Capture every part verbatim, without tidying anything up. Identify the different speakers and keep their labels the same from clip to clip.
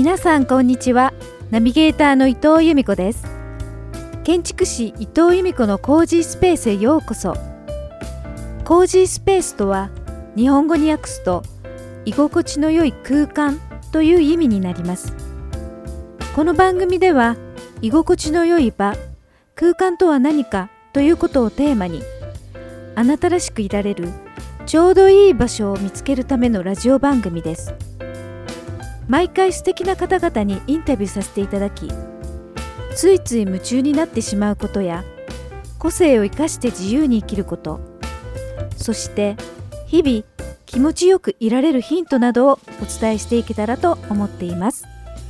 Speaker 1: 皆さんこんにちは。ナビゲーターの伊藤由美子です。建築士伊藤由美子のコージースペースへようこそ。コージースペースとは日本語に訳すと居心地の良い空間という意味になります。この番組では居心地の良い場、空間とは何かということをテーマに、あなたらしくいられるちょうどいい場所を見つけるためのラジオ番組です。毎回素敵な方々にインタビューさせていただき、ついつい夢中になってしまうことや、個性を生かして自由に生きること、そして日々気持ちよくいられるヒントなどをお伝えしていけたらと思っています。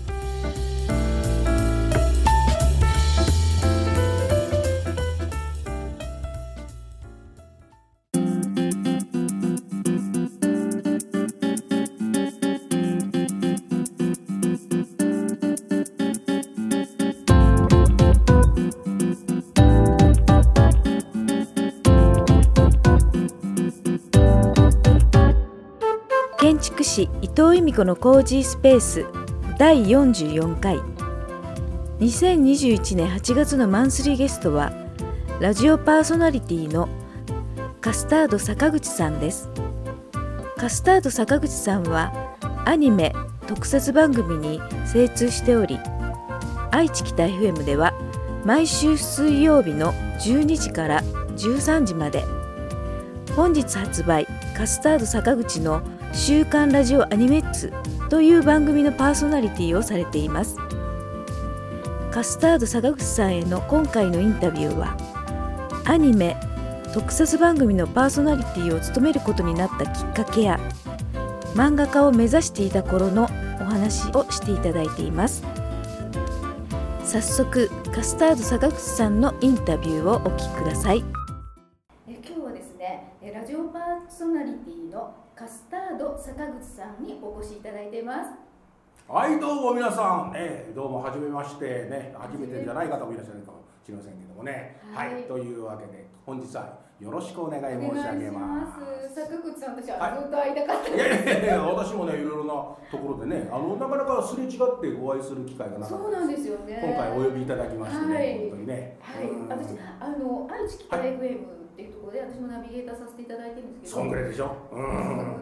Speaker 1: 建築士伊藤由美子のコージースペースだいよんじゅうよんかい。にせんにじゅういちねんはちがつのマンスリーゲストはラジオパーソナリティのカスタード坂口さんです。カスタード坂口さんはアニメ特撮番組に精通しており、愛知北 エフエム では毎週水曜日のじゅうにじからじゅうさんじまで、本日発売カスタード坂口の週刊ラジオアニメッツという番組のパーソナリティをされています。カスタード坂口さんへの今回のインタビューは、アニメ特撮番組のパーソナリティを務めることになったきっかけや、漫画家を目指していた頃のお話をしていただいています。早速カスタード坂口さんのインタビューをお聞きください。え今日はですね、ラジオパーソナリティのカスタード坂口さんにお越しいただいています。
Speaker 2: はい、どうも皆さん、えー、どうもはじめましてね、初めてじゃない方もいらっしゃるかもしれませんけどもね、はい、はい、というわけで本日はよろしくお願い申し上げます。
Speaker 1: 坂口さん、私はずっと会いたかったです。
Speaker 2: はい、いやいやいや、私もね、いろいろなところでね、あのなかなかすれ違ってお会いする機会がなかった。
Speaker 1: そうなんですよね。
Speaker 2: 今回お呼びいただきましてね、はい、本当にね。
Speaker 1: はい、私あの愛知北 エフエム、はいっていうところで私もナビゲーターさせていただいてるんですけど、
Speaker 2: そんぐらいでしょ、うん、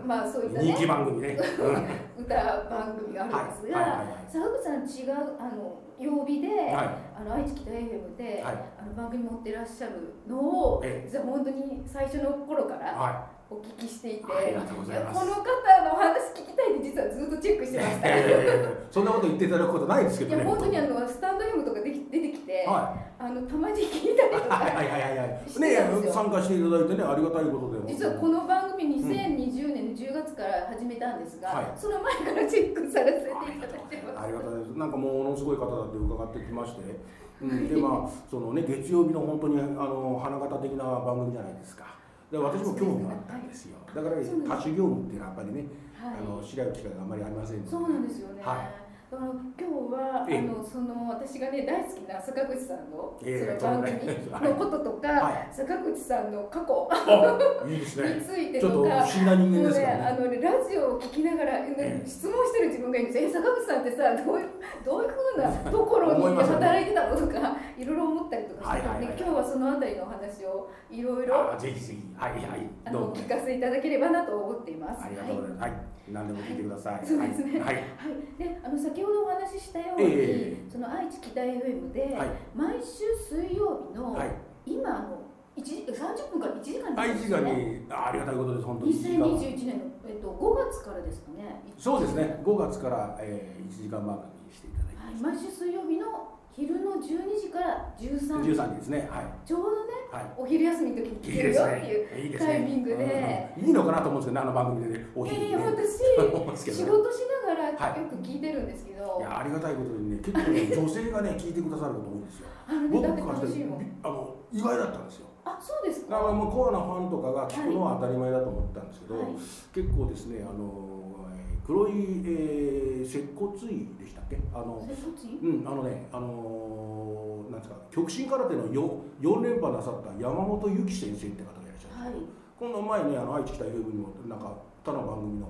Speaker 1: まあそういった、ね、
Speaker 2: 人気番組ね、
Speaker 1: うん、歌番組があるんですが、坂口さん違うあの曜日で、はい、あの愛知北 エフエム で、はい、あの番組持ってらっしゃるのを、ええ、実は本当に最初の頃から、はい、お聞きしていて、
Speaker 2: ありがとうございます。
Speaker 1: この方の話聞きたいって実はずっとチェックしてました。
Speaker 2: そんなこと言っていただくことないですけどね。
Speaker 1: いや本当にあのスタンド エフエム とかでき出てきて、はい、あのたまに聞いたりとかしてたんですよ。
Speaker 2: 参加していただいてね、ありがたいことで。
Speaker 1: 実はこの番組にせんにじゅうねんのじゅうがつから始めたんですが、はい、その前からチェックさせていただいてます。
Speaker 2: ありがたいです。なんかものすごい方だって伺ってきまして、うん、でまあそのね月曜日の本当にあの花形的な番組じゃないですか。で私も興味があったんですよ。だから多種業務っていうのはやっぱりね、はい、あの知り合う機会があんまりありませんので。
Speaker 1: そうなんですよね。はい、あの今日はあのその私がね大好きな坂口さんの、えー、その番組のこととか、はい、坂口さんの過去
Speaker 2: いいですね、
Speaker 1: について
Speaker 2: とか、ちょっと不思議な人間ですからね。
Speaker 1: あのねラジオを聞きながら、ねえー、質問してる自分がいるんですよ。え坂口さんってさどういうどういうふうなところに働いてたのとかいろいろ思ったりとかしてたので、今日はそのあたりのお話をいろいろ
Speaker 2: ぜひぜひはいはい
Speaker 1: あの聞かせていただければなと思っています。
Speaker 2: ありがとうございます。はい、はい、何でも聞いてください。
Speaker 1: そうですね。
Speaker 2: はい。
Speaker 1: で、あの先ほどお話ししたように、えー、その愛知北 エフエム で、はい、毎週水曜日の、はい、今のいちさんじゅっぷんからいちじかん
Speaker 2: に、ね、いちじかんに あ, ありがたいことです。本当に
Speaker 1: にせんにじゅういちねんの、えっと、ごがつからですかね。
Speaker 2: そうですね、ごがつから、えー、いちじかん番組にしていただきました。
Speaker 1: はい、毎週水曜日の昼のじゅうにじからじゅうさんじ
Speaker 2: じゅうさんじですね、はい、
Speaker 1: ちょうどね、はい、お昼休みの時に聞けるよっていうタイミングで、
Speaker 2: いいのかなと思うんですけど、あの番組でね、
Speaker 1: お昼ね、えー、私仕事しながらよく聞いてるんですけど、
Speaker 2: はい、いやありがたいことにね、結構、ね、女性がね聞いてくださること多いんですよ。
Speaker 1: あの、ね、僕からして
Speaker 2: あの意外だったんですよ。
Speaker 1: あ、そうですか。
Speaker 2: だからもうコアなファンとかが聞くのは当たり前だと思ったんですけど、はい、結構ですね、あの黒い、えー、接骨院でしたっけ？あの
Speaker 1: 接骨院？
Speaker 2: うん、あのね、あのー、なんですか、極真空手の 4, 4連覇なさった山本由紀先生って方がいらっしゃるんですけど、はい、この前ね、あの愛知北 エフエム にもなんか他の番組の方で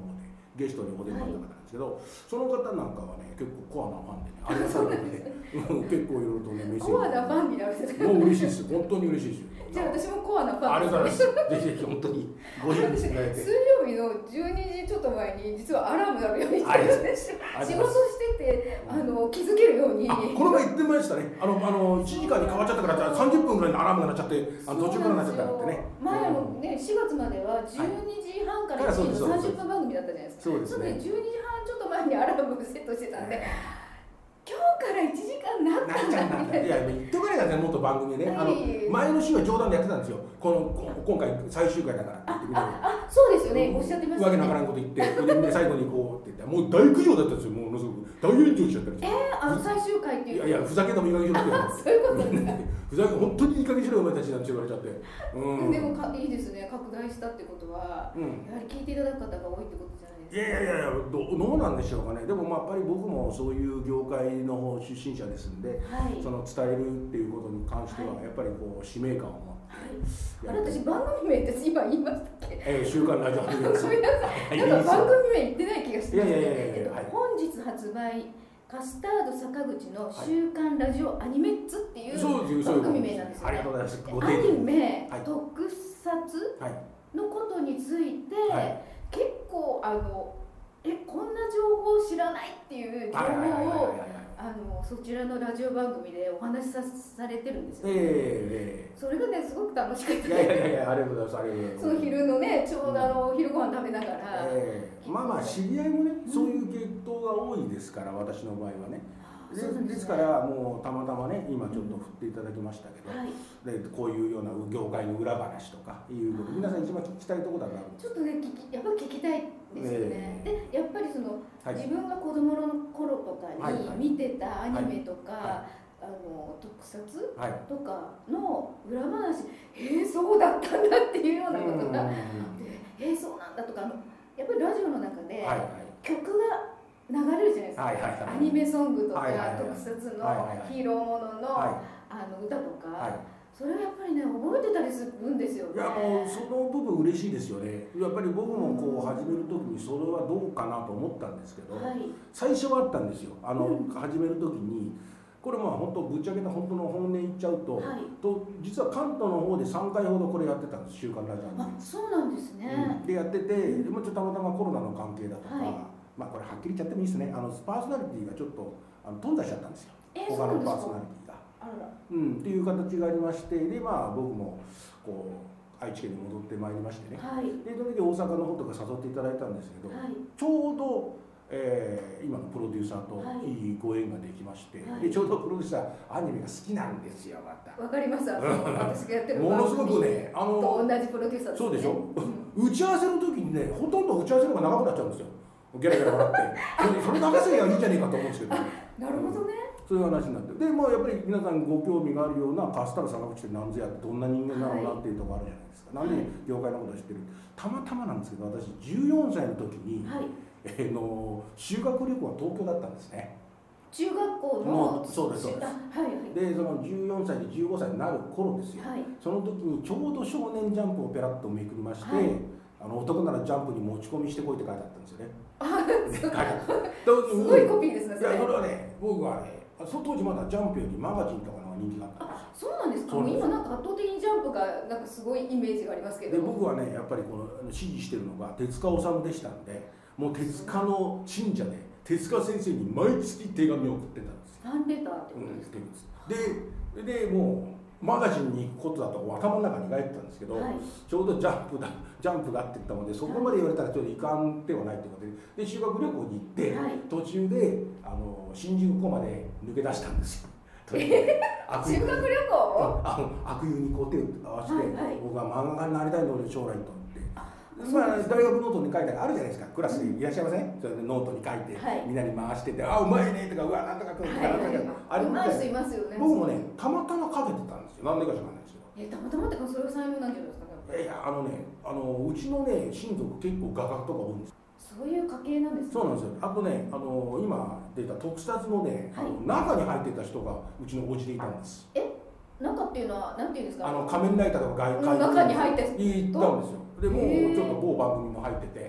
Speaker 2: ゲストにお出になった方なんですけど、はい、その方なんかはね結構コアなファンでね、ありがたいのでね結構いろいろとねメッセージ
Speaker 1: コアなファンになるんですか。
Speaker 2: もう嬉しいですよ、本当に嬉しいですよ。
Speaker 1: じゃあ私もコアなファン
Speaker 2: ありがとうございます。ぜひぜひ本当にご意見いただいて。
Speaker 1: 水曜日のじゅうにじちょっと前に実はアラーム鳴るようにしてるんですよ。仕事しててあの気づけるように。
Speaker 2: あ、この前言ってましたね。あのあのいちじかんに変わっちゃったからさんじゅっぷんぐらいのアラームが鳴っちゃってあの途中からなっちゃったってね。
Speaker 1: 前のねしがつまではじゅうにじはんからいちじのさんじゅっぷん番組だったじゃないですか。
Speaker 2: そうですね。
Speaker 1: じゅうにじはんちょっと前にアラームをセットしてたんで。今日からいちじかんなったんだみたいな。
Speaker 2: いや言ってくれないからね、もっと番組でね、はい、あの前の週は冗談でやってたんですよ。この今回最終回だからって言ってみて。
Speaker 1: ああ、そうですよね。おっしゃってましたね。
Speaker 2: わけのわからんこと言って、で最後にこうって言ってもう大苦情だったんですよ。ものすごく大炎上しちゃったりして。
Speaker 1: えー、あの最終回っていう。
Speaker 2: いやいやふざけたもいい加減にしろって。
Speaker 1: そういうことですね。
Speaker 2: ふざけ本当にいい加減にしろお前たちなんて言われちゃって。
Speaker 1: うん。でもかいいですね。拡大したってことは、うん、やはり聞いていただく方が多いってことじゃないですか。
Speaker 2: いやいやいやどどうなんでしょうかね。でもまあやっぱり僕もそういう業界の方出身者ですんで、はい、その伝えるっていうことに関してはやっぱりこう使命感を持って。
Speaker 1: はい、あれ私番組名って今言いましたっけ？
Speaker 2: えー、週刊ラジオ
Speaker 1: ごめんなさい。なんか番組名言ってない気がしてますね。えっと本日発売カスタード坂口の週刊ラジオアニメッツっていう番組名なんですよね。
Speaker 2: ありがとうございます。
Speaker 1: アニメ、はい、特撮のことについて、はい、結構あのえこんな情報を知らないっていう情報をあのそちらのラジオ番組でお話しさされてるんですよ、ね。えー、えー、それがねすごく楽しかった。
Speaker 2: いやいやいやありがとうございます。ありがとうございます。
Speaker 1: その昼のねちょうどあの昼ご飯食べながら、
Speaker 2: えー、まあまあ知り合いもね、うん、そういう系統が多いですから私の場合はね。で, ですね、ですからもうたまたまね今ちょっと振っていただきましたけど、うん、はい、でこういうような業界の裏話とかいうこと皆さん一番聞きたいところだな
Speaker 1: ちょっとね聞きやっぱり聞きたいですよね、えー、でやっぱりその、はい、自分が子供の頃とかに見てたアニメとか、はいはいはい、あの特撮、はい、とかの裏話、えー、そうだったんだっていうようなことが、えー、そうなんだとかあのやっぱりラジオの中で曲が流れるじゃないですか、はいはいはい、アニメソングとか、はいはいはい、特撮のヒーローものの、はい、あの歌とか、はい、それはやっぱりね覚えてたりするんですよね。
Speaker 2: いやもうその部分嬉しいですよね。やっぱり僕もこう始める時にそれはどうかなと思ったんですけど、はい、最初はあったんですよ。あの、うん、始める時にこれまあ本当ぶっちゃけた本当の本音言っちゃうと、はい、と実は関東の方でさんかいほどこれやってたんです週刊ラジオ
Speaker 1: あ、そうなんですね、
Speaker 2: うん、でやっててでもちょっとたまたまコロナの関係だとか、はい、まあこれはっきり言っちゃってもいいですね。あのパーソナリティがちょっとあの頓挫しちゃったんですよ。
Speaker 1: えー、
Speaker 2: 他のパーソナリティが。
Speaker 1: あらら。
Speaker 2: うん、っていう形がありましてでまあ僕もこう愛知県に戻ってまいりましてね、はい、でその時大阪の方とか誘っていただいたんですけど、はい、ちょうど、えー、今のプロデューサーといいご縁ができまして、はい、でちょうどプロデューサーアニメが好きなんですよまた。
Speaker 1: わかります。私がやってる
Speaker 2: ものすごくねあの
Speaker 1: と同じプロデューサーですね。
Speaker 2: そうでしょ。うん、打ち合わせの時にねほとんど打ち合わせの方が長くなっちゃうんですよ。ギャラギャラ笑ってそれ長せりゃいいじゃねえかと思うんですけど、ね、
Speaker 1: なるほどね。
Speaker 2: そういう話になってでもやっぱり皆さんご興味があるようなカスタード坂口って何ぞやってどんな人間なのかなっていうところあるじゃないですか、はい、なんで業界のことを知ってるたまたまなんですけど私じゅうよんさいの時に、はい、えー、の修学旅行は東京だったんですね。
Speaker 1: 中学校の
Speaker 2: そうですそうです、はいはい、でそのじゅうよんさいでじゅうごさいになる頃ですよ、はい、その時にちょうど少年ジャンプをペラッとめくりまして、はい、あの男ならジャンプに持ち込みしてこいって書いてあったんですよね。
Speaker 1: あすごいコピーですね。
Speaker 2: いやそれはね僕はねその当時まだジャンプよりマガジンとかの人気があったんですよ。
Speaker 1: そうなんですか。今なんか圧倒的にジャンプがなんかすごいイメージがありますけど。
Speaker 2: で僕はねやっぱりこの支持してるのが手塚治虫でしたんでもう手塚の信者で手塚先生に毎月手紙を送ってたんですよ。
Speaker 1: ファンレターってことですか。
Speaker 2: うん、ででもうマガジンに行くことだと頭の中に描いてたんですけど、はい、ちょうどジャンプだジャンプがって言ったのでそこまで言われたらちょっといかんではないということでで修学旅行に行って、はい、途中であの新宿港まで抜け出したんですよ。
Speaker 1: 修学旅行
Speaker 2: あの悪友にこう手を合わせて、はいはい、僕は漫画家になりたいので将来と思って。まあ、大学ノートに書いたらあるじゃないですかクラスでいらっしゃいません、うん、それでノートに書いて、はい、みんなに回してて「あうまいね」とか「うわなんとかくん」とか
Speaker 1: あれうまい人いますよね。
Speaker 2: 僕もねたまたま書けてたんですよ。なんでか知らないんですけど
Speaker 1: えたまたまってかそれが才能なんじゃないですかね。
Speaker 2: いやあのねあのうちのね親族結構画家とか多いんです。
Speaker 1: そういう家系なんですね。
Speaker 2: そうなんですよ。あとねあの今出た特撮のね、はい、中に入ってた人がうちのおじでいたんです。
Speaker 1: え中っていうのはなんていうんですか。
Speaker 2: あの仮面ライダーとか外界
Speaker 1: 中に入って
Speaker 2: いたんですよ。でもうちょっと某番組も入ってて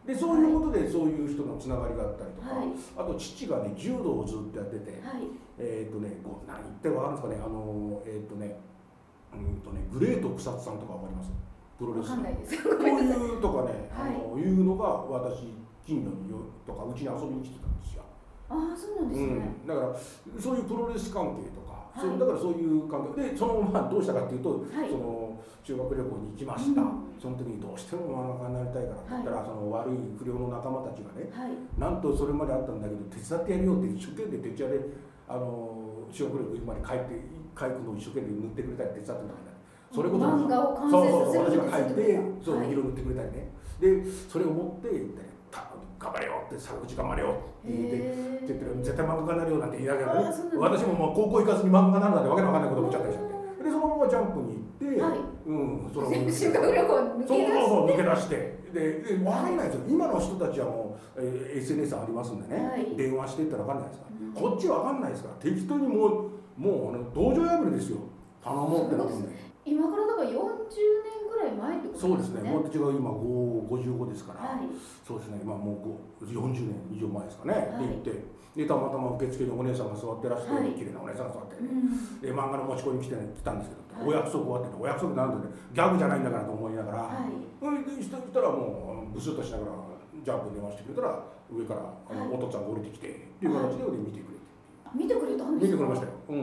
Speaker 2: でそういうことでそういう人のつながりがあったりとか、
Speaker 1: はい、
Speaker 2: あと父がね柔道をずっとやってて、
Speaker 1: はい、
Speaker 2: えっ、ー、とねこう何言ってるか分かるんですかね、あのえっ、ー、とねうんとねグレート草津さんとか分かります？プロレス
Speaker 1: わかんないです。
Speaker 2: こういうとかね、
Speaker 1: はい、
Speaker 2: あのいうのが私近所にとかうちに遊びに来てたんですよ。
Speaker 1: ああそうなんですね、
Speaker 2: うん、だからそういうプロレス関係とか、
Speaker 1: はい、
Speaker 2: そだからそういう関係でそのままどうしたかっていうと、
Speaker 1: はい、
Speaker 2: その修学旅行に行きました、
Speaker 1: うん、
Speaker 2: その時にどうしても漫画家になりたいからって言ったら、はい、その悪い不良の仲間たちがね、はい、なんとそれまであったんだけど手伝ってやるよって一生懸命徹夜であの修学旅行まで帰って帰くのを一生懸命塗ってくれたり手伝ってたんだけど、それこそ
Speaker 1: 漫画を完成させる
Speaker 2: そうそうそう私が書いてそう、
Speaker 1: はい、
Speaker 2: 色塗ってくれたりね、でそれを持って行って頑張れよって坂口頑張れよって言ってって言って絶対漫画家になるよなんて言いながらね、私ももう高校行かずに漫画家なんだってわけのわかんないこと思っちゃったりして、でそのままジャンプに行って、はい、うんその
Speaker 1: 修学旅行抜け出して、
Speaker 2: そうそう抜け出してでで分かんないですよ、今の人たちはもう、えー、エスエヌエス ありますんでね、はい、電話していったら分かんないですから、うん、こっち分かんないですから適当にもうもうあの道場破りですよ頼もうってなってんで。
Speaker 1: 今からだからよんじゅうねんぐらい前ってことですね。
Speaker 2: そうですね。私が今ごじゅうごですから、はい、そうですね。今もうよんじゅうねん以上前ですかね。はい、で行ってでたまたま受付にお姉さんが座ってらして、はい、綺麗なお姉さんが座って、ね、うん、で漫画の持ち込みに来て、ね、来たんですけど、はい、お約束終わっててお約束なんで、ね、ギャグじゃないんだからと思いながら、はい、でしたらもうブスッとしながらジャンプに電話してくれたら上からあの、はい、お父さんが降りてきてっていう形で見てくれて。
Speaker 1: 見てくれたんですか？
Speaker 2: 見てくれましたよ。うんうん。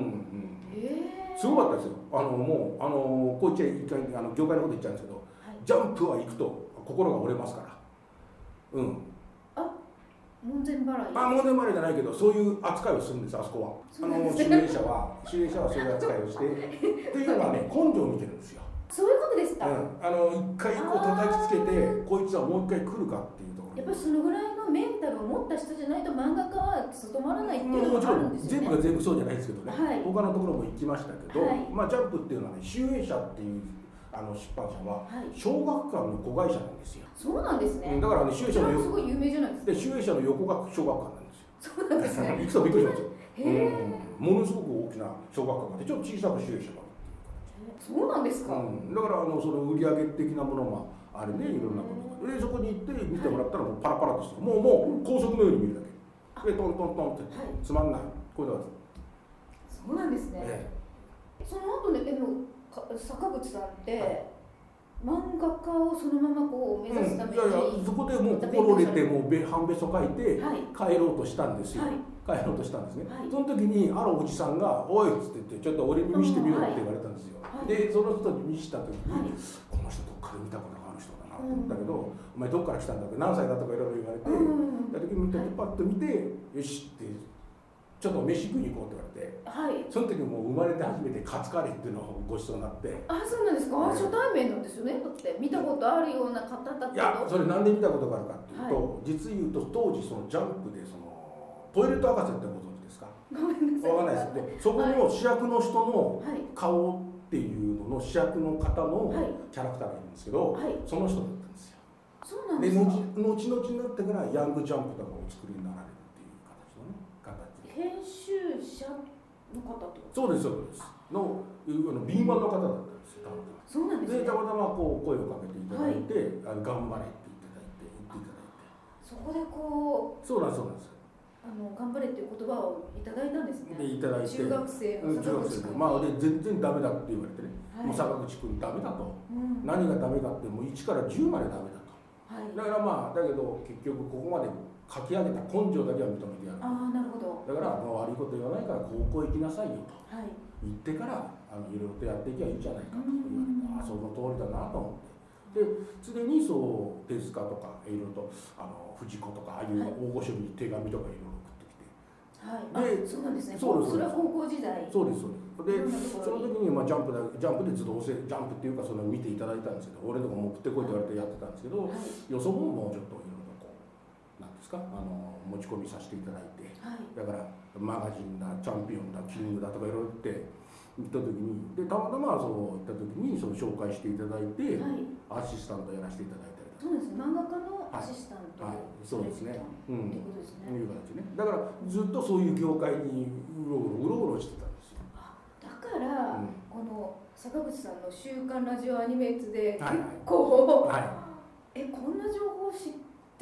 Speaker 1: へー、
Speaker 2: すごかったですよ。あのもうあのこう言っちゃ一回あの業界のこと言っちゃうんですけど、はい、ジャンプは行くと心が折れますから。うん。
Speaker 1: あ、門前払い。
Speaker 2: あ、門前払いじゃないけどそういう扱いをするんですあそこは。あの主演者は主演者はそういう扱いをしてっていうのはね根性を見てるんですよ。
Speaker 1: そういうことですか。
Speaker 2: うん。あの一回こう叩きつけてこいつはもう一回来るかっていうところ。
Speaker 1: やっぱりそのぐらいのメンタルを持った人じゃないと漫画家は務まらないっていうのがあるんですよね。
Speaker 2: 全部が全部そうじゃないですけどね、はい、他のところも行きましたけど、はい、まあ、ジャンプっていうのはね、集英社っていうあの出版社は小学館の子会社なんですよ。
Speaker 1: そうなんですね。
Speaker 2: だからね、集英社の
Speaker 1: すごい有名じゃないですか。
Speaker 2: で集英社の横が小学館なんですよ。
Speaker 1: そうなんですね。
Speaker 2: 行くとびっくりしますよ。うん、ものすごく大きな小学館があってちょっと小さく集英社があるっていう形。
Speaker 1: そうなんですか。
Speaker 2: うん、だからあのその売上的なものもあれね、いろんなことがでそこに行って見てもらったらもうパラパラとして、もうもう高速のように見るだけでトントントンって、はい、つまんないこういうのが
Speaker 1: そうなんですね、ええ、その後ねでも坂口さんって、はい、漫画家をそのままこう目指すために、うん、いやいやそこでもう心折れてもう半べそ書いて帰ろうとしたんですよ、はい、帰ろうとしたんですね、はい、その時にあるおじさんが「おい」っつって言って「ちょっと俺に見せてみろ」って言われたんですよ、はい、でその人に見せた時に、はい、この人どっかで見たことがある人だなと思ったけど、うん、お前どっから来たんだって何歳だとかいろいろ言われて、うん、だ時にパッと見て「よし」ってちょっと飯食いに行こうって言われて、はい、その時もう生まれて初めてカツカレーっていうのをごちそうになって。 あ、そうなんですか、初対面なんですよね。だって見たことあるような方だけど。
Speaker 2: いや、それなんで見たことがあるかっていうと、はい、実言うと当時そのジャンプでそのトイレット博士ってご存知ですか？
Speaker 1: ごめんなさい。
Speaker 2: わかんないですよ。で、そこの主役の人の顔っていうのの主役の方のキャラクターがいるんですけど、はい、その人だったんですよ。
Speaker 1: そうなんですか。
Speaker 2: で、後々になってからヤングジャンプとかをお作りになられるっていう形のね、形。
Speaker 1: 編集者の方ってこと？
Speaker 2: そうですそうです。のあの敏腕の方だったんですよ。
Speaker 1: そうなんですね。
Speaker 2: でたまたまこう声をかけていただいて、はい、あの頑張れって言っていただいて言っていただいて。
Speaker 1: そこでこう。
Speaker 2: そうなんですそうなんです。
Speaker 1: あの頑張れっていう言葉をいただいたんですね。
Speaker 2: でいただいて。中
Speaker 1: 学生の坂口君。
Speaker 2: まあで全然ダメだって言われてね。はい、もう坂口君ダメだと、うん。何がダメかってもういちからじゅうまでダメだと。はい、だからまあだけど結局ここまで書き上げた根性だけは認めてやる。
Speaker 1: ああなるほど。
Speaker 2: だからもう悪いこと言わないから高校行きなさいよと。はい、言ってからあのいろいろとやっていけばいいんじゃないかと言われて、ああその通りだなと思って。ですでにそう手塚とかいろいろとあの藤子とかああいう大御所に手紙とかいろいろ送ってきて、
Speaker 1: はい、でそうなんですね。そうです。それは高校時代。
Speaker 2: そうですそうです。でその時にまあジャンプだジャンプで自動性ジャンプっていうかその見ていただいたんですけど、俺とかも送ってこいって言われてやってたんですけど、はい、よそももうちょっといろいろとこうなんですかあの持ち込みさせていただいて、はい、だからマガジンだチャンピオンだキングだとかいろいろ言って。行った時にでたまたまそう行った時にその紹介していただいて、はい、アシスタントやらせていただいたり
Speaker 1: そうです漫画家のアシスタント、
Speaker 2: はいはい、そうですね
Speaker 1: うんっていうことですね
Speaker 2: いう形ねだからずっとそういう業界にうろうろうろうろしてたんですよ
Speaker 1: あだから、うん、この坂口さんの週刊ラジオアニメーツで結構、はいはい、えこんな情報知って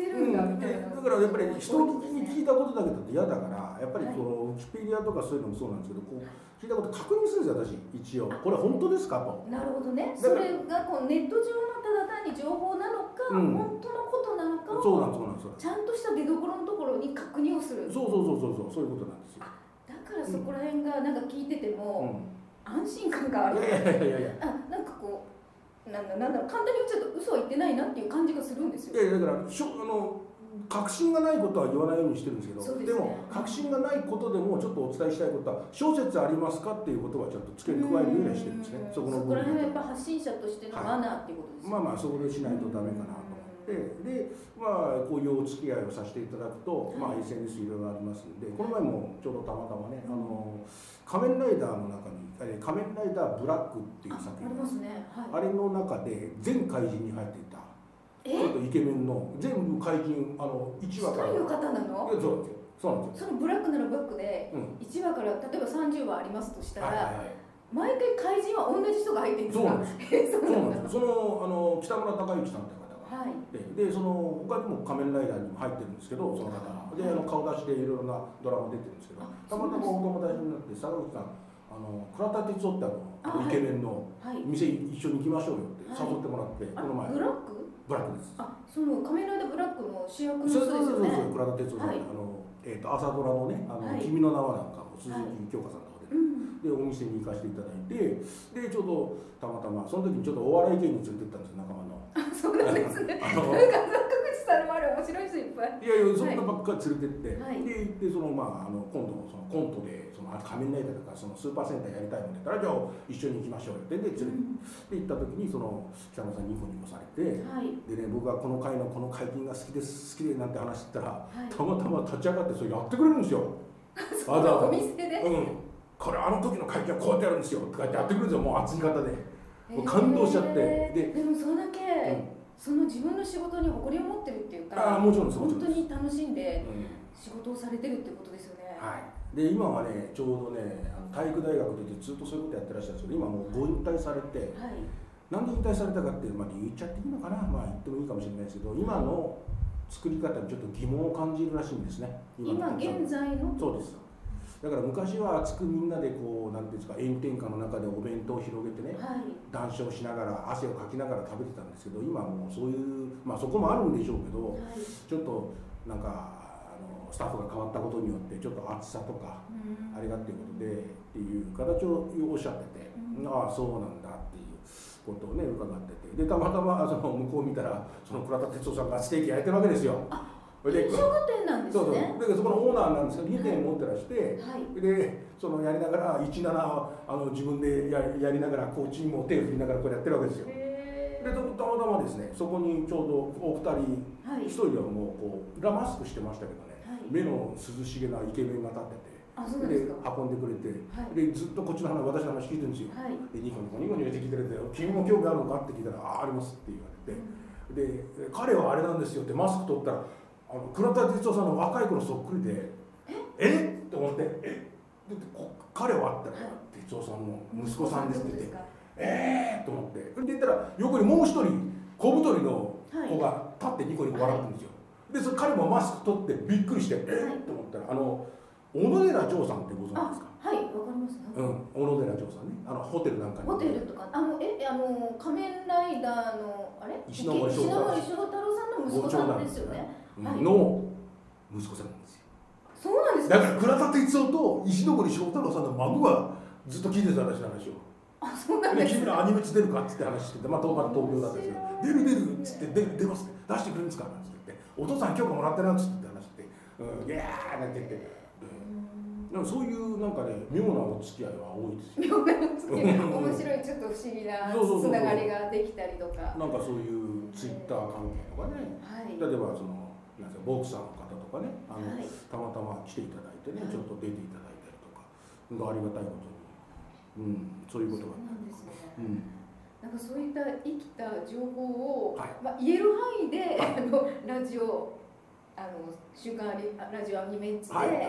Speaker 1: るんだみたいな、
Speaker 2: うん、だからやっぱり人に聞いたことだけだと嫌だからやっぱりこのウィキペディアとかそういうのもそうなんですけどこう聞いたこと確認するんですよ私一応これ本当ですかと。
Speaker 1: なるほどね。それがこうネット上のただ単に情報なのか、うん、本当のことなのかを
Speaker 2: そうなんそうなんそう
Speaker 1: ちゃんとした出所のところに確認をする。
Speaker 2: そうそうそうそうそうそういうことなんですよ。
Speaker 1: だからそこら辺がなんか聞いてても、うん、安心感がある。
Speaker 2: いやいやいやいや
Speaker 1: あなんかこうなんだなんだろう簡単に言っちゃうと嘘は言ってないなっていう感じがするんですよ。
Speaker 2: いやいやだからしょあの確信がないことは言わないようにしてるんですけど で,、ね、でも確信がないことでもちょっとお伝えしたいことは小説ありますかっていうことはちょっと付け加えるようにはしてるんですね。
Speaker 1: そこの部分そこら辺はやっぱ発信者としてのマナーっていうことですね、
Speaker 2: はい、まあまあそこでしないとダメかなと思ってでまあこういうお付き合いをさせていただくと、まあ、エスエヌエス いろいろありますんでこの前もちょうどたまたまねあの仮面ライダーの中に仮面ライダーブラックっていう作品
Speaker 1: あ, ありますね、はい、
Speaker 2: あれの中で全怪人に入っていたちょっとイケメンの全部怪人あのいちわから
Speaker 1: 一人の方なの？
Speaker 2: いやそうなんですよそうなんですよ。
Speaker 1: そのブラックならブラックで、うん、いちわから例えばさんじゅうわありますとしたら、はいはいはい、毎回怪人は同じ人が入ってるんですか？
Speaker 2: そうなんですよそうなんですよ。そのあの北村隆之さんって方が、はい、で, でその他にも仮面ライダーにも入ってるんですけどその方で、はい、あの顔出しでいろいろなドラマ出てるんですけどたまたまお友達になって坂口さんあの倉田哲夫ってあのイケメンの店一緒に行きましょうよって誘ってもらって、はい、この前
Speaker 1: ブラック
Speaker 2: ブラックです。
Speaker 1: あ、その仮面ライダーブラックの主役の人ですよね。
Speaker 2: そうそうそうそう倉田哲夫さん、はい、あのえっ、ー、と朝ドラのねあの、はい、君の名はなんかも鈴木京香さんの方で、はい、でお店に行かせていただいてでちょうどたまたまその時にちょっとお笑い芸人連れてったんですよ仲間の。
Speaker 1: あ、そうなんですね。なんか坂口さんの周り面白い人いっぱい。
Speaker 2: いやいやそんなばっかり連れてって、はい、ででそのまああの今度そのコントでその仮面ライダーとかそのスーパー戦隊やりたいので言ったらじゃあ一緒に行きましょうよってで連れて、うん、で行った時にその北村さんにニコニコされて、はい、でね僕はこの回のこの怪人が好きです好きでなんて話してたら、はい、たまたま立ち上がってそれやってくれるんですよ。
Speaker 1: わざわざお店で、
Speaker 2: うん、これあの時の怪人はこうやってやるんですよとかやってくるんですよ。もう熱い方で、もう感動しちゃって、
Speaker 1: ででもそれだけ、うん、その自分の仕事に誇りを持ってるっていうか、
Speaker 2: あもちろんです
Speaker 1: 本当に楽しんで仕事をされてるってことですよね。
Speaker 2: うん、はい。で今はねちょうどね体育大学でずっとそういうことやってらっしゃるんですけど今もうご引退されて、はい、なんで引退されたかっていう、まあ、言っちゃっていいのかな、まあ言ってもいいかもしれないですけど今の作り方にちょっと疑問を感じるらしいんですね。
Speaker 1: 今現在の
Speaker 2: そうです。だから昔は熱くみんなでこうなんていうんですか炎天下の中でお弁当を広げてね、はい、談笑しながら汗をかきながら食べてたんですけど今もうそういうまあそこもあるんでしょうけど、はい、ちょっとなんかあのスタッフが変わったことによってちょっと暑さとかあれがっていうことでっていう形をおっしゃってて、うん、ああそうなんだっていうことをね伺っててでたまたまその向こう見たらその倉田哲夫さんがステーキ焼いてるわけですよ。
Speaker 1: 飲食店なんですね。そうそう
Speaker 2: でそこのオーナーなんですけどにてん持ってらして、はい、でそのやりながらじゅうななあの自分で や, やりながらコーチにも手を振りながらこれやってるわけですよ。でたまたまですねそこにちょうどお二人一、はい、人はもうこう裏マスクしてましたけどね、はい、目の涼しげなイケメンが立ってて。
Speaker 1: あそうですか。
Speaker 2: で運んでくれて、はい、でずっとこっちの話私の話聞いてるんですよ、はい、でニコニコニコニコって聞いてるんで「君も興味あるのか?」って聞いたら「ああります」って言われて、うん、で彼はあれなんですよってマスク取ったらあの倉田哲夫さんの若い頃そっくりで「えっ?」って思って「えっ?」で彼はあったら、はい、哲夫さんの息子さんですって言って「えー?」と思ってで言ったら横にもう一人小太りの子が立ってニコニコ笑ってるんですよ、はい、でそ彼もマスク取ってびっくりして「えっ?」と思ったらあの小野寺丈さんってご存知ですか？
Speaker 1: はい、わかりますね。
Speaker 2: うん、小野寺丈さんね、あのホテルなんかに。
Speaker 1: ホテルとか、あのえあの仮面ライダーのあれ？
Speaker 2: 石森章太郎
Speaker 1: さんの息子さんですよね。
Speaker 2: はい、の息子さんなんですよ。
Speaker 1: そうなんですか。
Speaker 2: だから倉田哲夫と石森章太郎さんの孫がずっと聞いてた話の話を。
Speaker 1: あ、そうなんですか。
Speaker 2: 君らアニメ出るかっつって話してて、まあ東京東京だったんですけど、出る出るっつって出る出ます出してくれるんですかなんつって言って、お父さん許可もらってなっつって話して、うん、いやーなんて言って。なんかそういうなんかね妙なお付き合いは多いですよ。
Speaker 1: 妙なお付き合い面白いちょっと不思議なつながりができたりとか。
Speaker 2: なんかそういうツイッター関係とかね、はい、例えばそのなんかボクサーの方とかねあの、はい、たまたま来ていただいてね、はい、ちょっと出ていただいたりとかありがたいことに、うん、そういうことが
Speaker 1: あったりとか。そうなんですね。うんなんかそういった生きた情報を、はいまあ、言える範囲で、はい、あのラジオあの週刊ラジオアニメッツで、はいはいはい、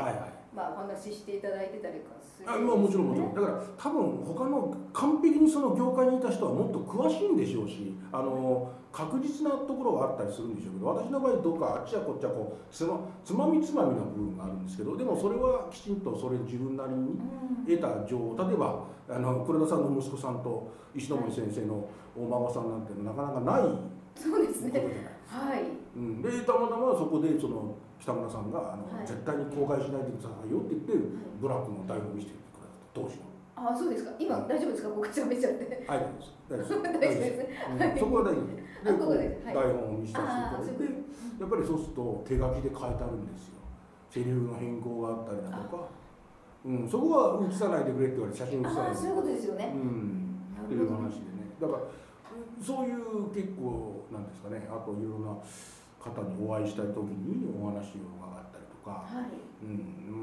Speaker 3: まあ、お話ししていただいてたりとかするんです
Speaker 2: あ、
Speaker 3: ね。
Speaker 2: まあ、もちろんもちろんだから多分他の完璧にその業界にいた人はもっと詳しいんでしょうし、あの確実なところがあったりするんでしょうけど、私の場合どっかあっちやこっちやこうつまつまみつまみの部分があるんですけど、でもそれはきちんとそれ自分なりに得た情報、例えばあの黒田さんの息子さんと石森先生のお孫さんなんてなかなかない
Speaker 3: そうですね。
Speaker 2: ことじゃないですか。
Speaker 3: はい。
Speaker 2: うん、でたまたまそこでその北村さんがあの、
Speaker 3: はい、
Speaker 2: 絶対に公開しないでくださいよって言って、はい、ブラックの台本見せてくれた当時の。
Speaker 3: あ、そうですか。今大丈夫ですか？公開しゃべっちゃって。
Speaker 2: はい、大丈夫です。
Speaker 3: 大丈夫です。
Speaker 2: うん、そこは大丈夫。で、こう台本を見せさせていただいて、やっぱりそうすると手書きで書いてあるんですよ。セリフの変更があったりだとか、うん、そこは写さないでくれって言われて写真写さないで。
Speaker 3: あ、そういうことですよね。
Speaker 2: うん、っていう話でね。だからそういう結構なんですかね。あといろんな方にお会いしたい時にお話を伺ったりとか、
Speaker 3: はい、
Speaker 2: うん、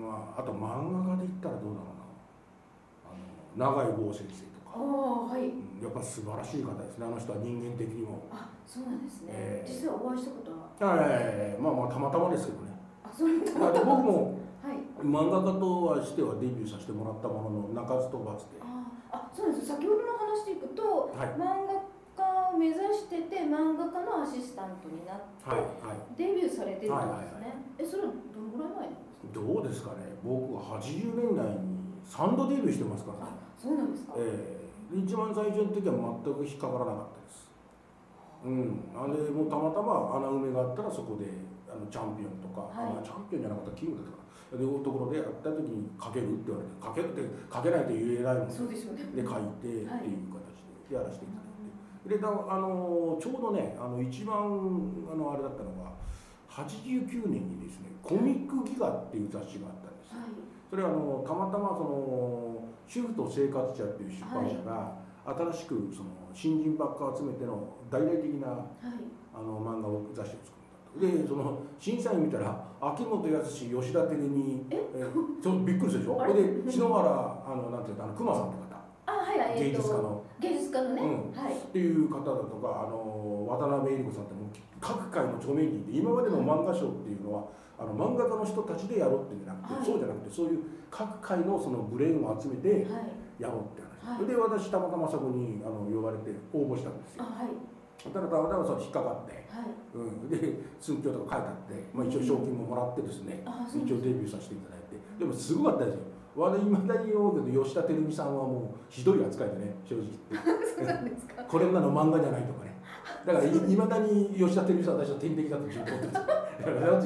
Speaker 2: まああと漫画家で言ったらどうだろうな。永井豪先生とか、
Speaker 3: あ、はい、
Speaker 2: やっぱ素晴らしい方ですね。あの人は人間的にも。
Speaker 3: あ、そうなんですね。
Speaker 2: えー、
Speaker 3: 実はお会いしたことは。
Speaker 2: はい、まあまあたまたまですけどね。
Speaker 3: あ、それたまた
Speaker 2: ま僕も、
Speaker 3: はい、
Speaker 2: 漫画家とはしてはデビューさせてもらったものの鳴かず飛ばずで。
Speaker 3: ああ、そうなんです。先ほどの話でいくと、はい、漫画家を目指してて漫画家のアシスタントになって、はいはい、デビューされてるんですね。はいはいはい、え、それはどのぐらい前なんですか？ど
Speaker 2: うですかね。僕ははちじゅうねんだいにさんどデビューしてますからね。
Speaker 3: そうなんですか。
Speaker 2: えー、一番最初の時は全く引っかからなかったです。うん、あれもたまたま穴埋めがあったらそこであのチャンピオンとか、はい、チャンピオンじゃなかったらキングだとかでいうところでやった時に書けるって言われて、書けるって書けないと言えないもんで、
Speaker 3: そうですよね、
Speaker 2: で書いてっていう形でやらせていただいて、でだあのちょうどねあの一番あのあれだったのがはちじゅうきゅうねんにですねコミックギガっていう雑誌があったんですよ。はい、それはあのたまたまその主婦と生活者っていう出版社が、はい、新しくその新人ばっか集めての大々的な、はい、あの漫画を雑誌を作るんだと。でその審査員見たら秋元康、吉田照美、ええちょっとびっくりするでしょ。それで篠原あのなんていうかあの熊さんって方、
Speaker 3: あ、はいはい、
Speaker 2: 芸術家の、
Speaker 3: 芸術家のね、
Speaker 2: うんはい、っていう方だとかあの渡辺恵理子さんってもう各界の著名人で今までの漫画賞っていうのはあの漫画家の人たちでやろうっていうんじゃなくて、はい、そうじゃなくてそういう各界のそのブレーンを集めてやろうって話、はい、で私たまたまそこにあの呼ばれて応募したんですよ。はい、ただたまたまその引っかかって、はいうん、で寸評とか書いてあって、まあ、一応賞金ももらってですね、うん、一応デビューさせていただいて、でもすごかったですよ。私いまだに思うけど吉田照美さんはもうひどい扱いでね正直言って
Speaker 3: そうなんですか。
Speaker 2: これなの漫画じゃないとかね、だからいまだに吉田照美さん私は天敵だと自分思ってます。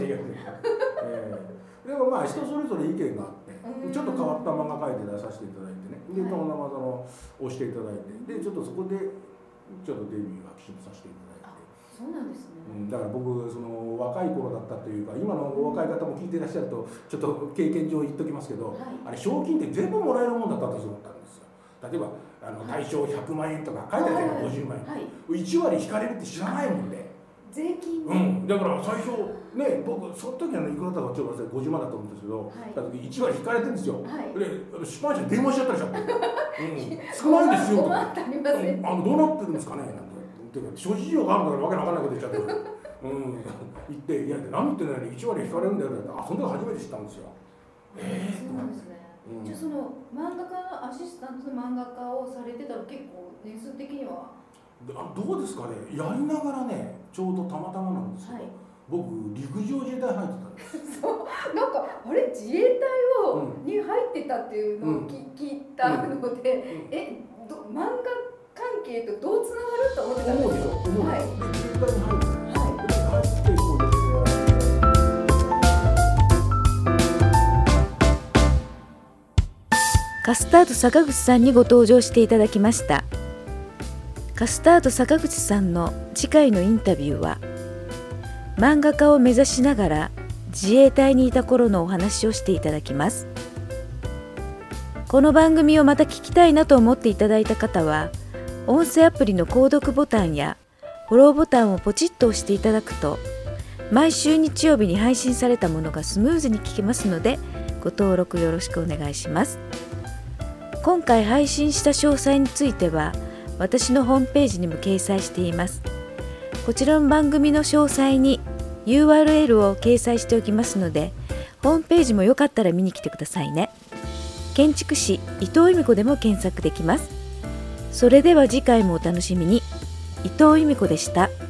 Speaker 2: えー、でもまあ人それぞれ意見があってちょっと変わった漫画描いて出させていただいてね、でたまたまその押していただいて、でちょっとそこでちょっとデビューはきちんとさせていただいて。
Speaker 3: そうなんですね、
Speaker 2: うん、だから僕その若い頃だったというか今のお若い方も聞いていらっしゃるとちょっと経験上言っときますけど、はい、あれ賞金って全部もらえるもんだったと思ったんですよ。例えばあの対象ひゃくまんえんとか書いてあるじゃない、ごじゅうまんえん、はい、いちわり引かれるって知らないもんで、
Speaker 3: 税金、
Speaker 2: うん、だから最初ね僕その時は、ね、いくらだったかちょっとごじゅうまんだと思うんですけど、はい、いちわり引かれてるんですよ、はい、で出版社に電話しちゃったりしちゃって、うん、少ないんですよと、あのどうなってるんですかねなんて諸事情があるんだからわけわかんないこと言っちゃってる、うん、言っていや何言ってんのにいちわり引かれるんだよって、あその時初めて知ったんですよ。えー、
Speaker 3: そうなんですね。うん、じゃあその漫画家のアシスタントの漫画家をされてたら結構年数的には
Speaker 2: あどうですかね。やりながらねちょうどたまたまなんですけど、はい、僕陸上自衛隊入ってたんです
Speaker 3: そうなんかあれ自衛隊を、うん、に入ってたっていうのをき、うん、聞いたので、うん、えど漫画関係とどうつながると思ってたんですよ。思うでしょ。思う。はい。で自衛隊に入って、はい。で入ってこう
Speaker 1: カスタード坂口さんにご登場していただきました。カスタード坂口さんの次回のインタビューは漫画家を目指しながら自衛隊にいた頃のお話をしていただきます。この番組をまた聞きたいなと思っていただいた方は音声アプリの購読ボタンやフォローボタンをポチッと押していただくと毎週日曜日に配信されたものがスムーズに聞けますのでご登録よろしくお願いします。今回配信した詳細については私のホームページにも掲載しています。こちらの番組の詳細に ユーアールエル を掲載しておきますのでホームページもよかったら見に来てくださいね。建築士伊藤由美子でも検索できます。それでは次回もお楽しみに。伊藤由美子でした。